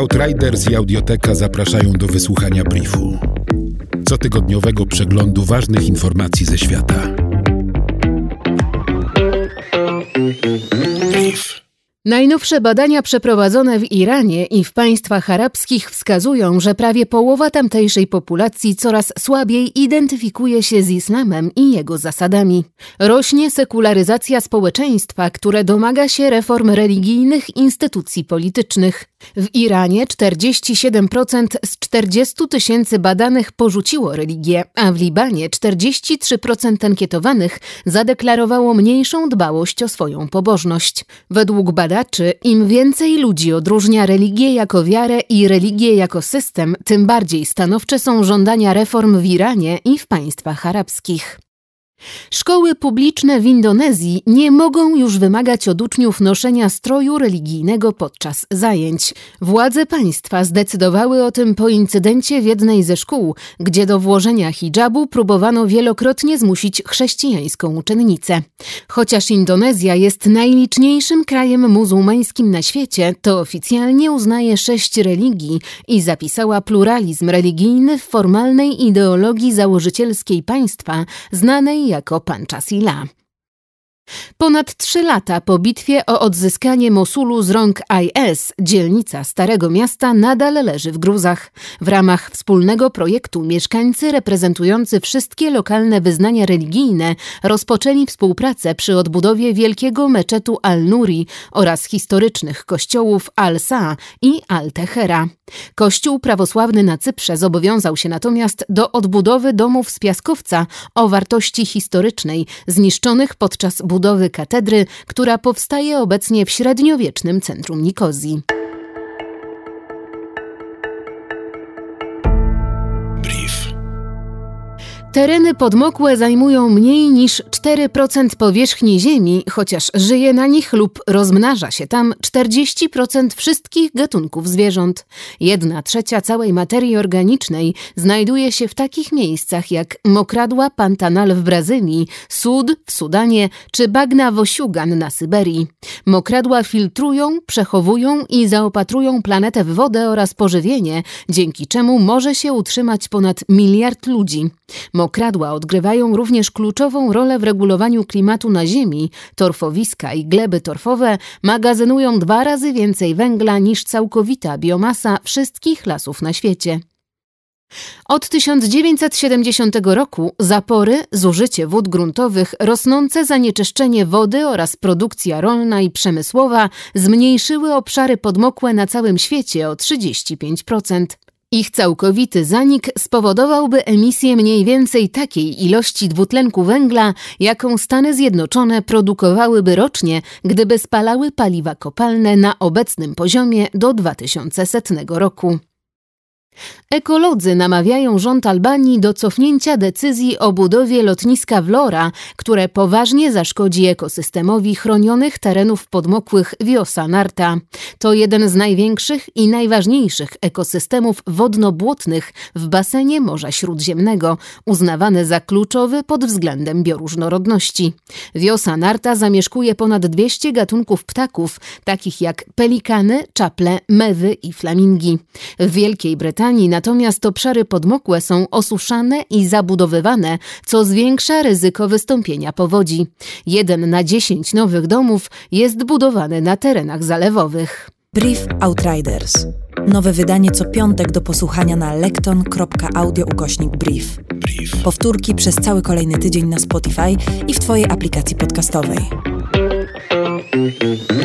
Outriders i Audioteka zapraszają do wysłuchania briefu. Cotygodniowego przeglądu ważnych informacji ze świata. Brief. Najnowsze badania przeprowadzone w Iranie i w państwach arabskich wskazują, że prawie połowa tamtejszej populacji coraz słabiej identyfikuje się z islamem i jego zasadami. Rośnie sekularyzacja społeczeństwa, które domaga się reform religijnych instytucji politycznych. W Iranie 47% z 40 000 badanych porzuciło religię, a w Libanie 43% ankietowanych zadeklarowało mniejszą dbałość o swoją pobożność. Według badaczy, im więcej ludzi odróżnia religię jako wiarę i religię jako system, tym bardziej stanowcze są żądania reform w Iranie i w państwach arabskich. Szkoły publiczne w Indonezji nie mogą już wymagać od uczniów noszenia stroju religijnego podczas zajęć. Władze państwa zdecydowały o tym po incydencie w jednej ze szkół, gdzie do włożenia hidżabu próbowano wielokrotnie zmusić chrześcijańską uczennicę. Chociaż Indonezja jest najliczniejszym krajem muzułmańskim na świecie, to oficjalnie uznaje 6 religii i zapisała pluralizm religijny w formalnej ideologii założycielskiej państwa, znanej jako Pancasila. Ponad 3 lata po bitwie o odzyskanie Mosulu z rąk IS, dzielnica Starego Miasta nadal leży w gruzach. W ramach wspólnego projektu mieszkańcy reprezentujący wszystkie lokalne wyznania religijne rozpoczęli współpracę przy odbudowie wielkiego meczetu Al-Nuri oraz historycznych kościołów Al-Sa i Al-Tehera. Kościół prawosławny na Cyprze zobowiązał się natomiast do odbudowy domów z piaskowca o wartości historycznej, zniszczonych podczas budowy katedry, która powstaje obecnie w średniowiecznym centrum Nikozji. Brief. Tereny podmokłe zajmują mniej niż 4% powierzchni ziemi, chociaż żyje na nich lub rozmnaża się tam 40% wszystkich gatunków zwierząt. 1/3 całej materii organicznej znajduje się w takich miejscach jak mokradła Pantanal w Brazylii, Sud w Sudanie czy bagna Wosiugan na Syberii. Mokradła filtrują, przechowują i zaopatrują planetę w wodę oraz pożywienie, dzięki czemu może się utrzymać ponad 1 miliard ludzi. Mokradła odgrywają również kluczową rolę w regulowaniu klimatu na Ziemi. Torfowiska i gleby torfowe magazynują 2 razy więcej węgla niż całkowita biomasa wszystkich lasów na świecie. Od 1970 roku zapory, zużycie wód gruntowych, rosnące zanieczyszczenie wody oraz produkcja rolna i przemysłowa zmniejszyły obszary podmokłe na całym świecie o 35%. Ich całkowity zanik spowodowałby emisję mniej więcej takiej ilości dwutlenku węgla, jaką Stany Zjednoczone produkowałyby rocznie, gdyby spalały paliwa kopalne na obecnym poziomie do 2100 roku. Ekolodzy namawiają rząd Albanii do cofnięcia decyzji o budowie lotniska Vlora, które poważnie zaszkodzi ekosystemowi chronionych terenów podmokłych Vjosa Narta. To jeden z największych i najważniejszych ekosystemów wodno-błotnych w basenie Morza Śródziemnego, uznawany za kluczowy pod względem bioróżnorodności. Vjosa Narta zamieszkuje ponad 200 gatunków ptaków, takich jak pelikany, czaple, mewy i flamingi. W Wielkiej Brytanii natomiast obszary podmokłe są osuszane i zabudowywane, co zwiększa ryzyko wystąpienia powodzi. 1 na 10 nowych domów jest budowany na terenach zalewowych. Brief Outriders. Nowe wydanie co piątek do posłuchania na lekton.audio/brief. Powtórki przez cały kolejny tydzień na Spotify i w Twojej aplikacji podcastowej.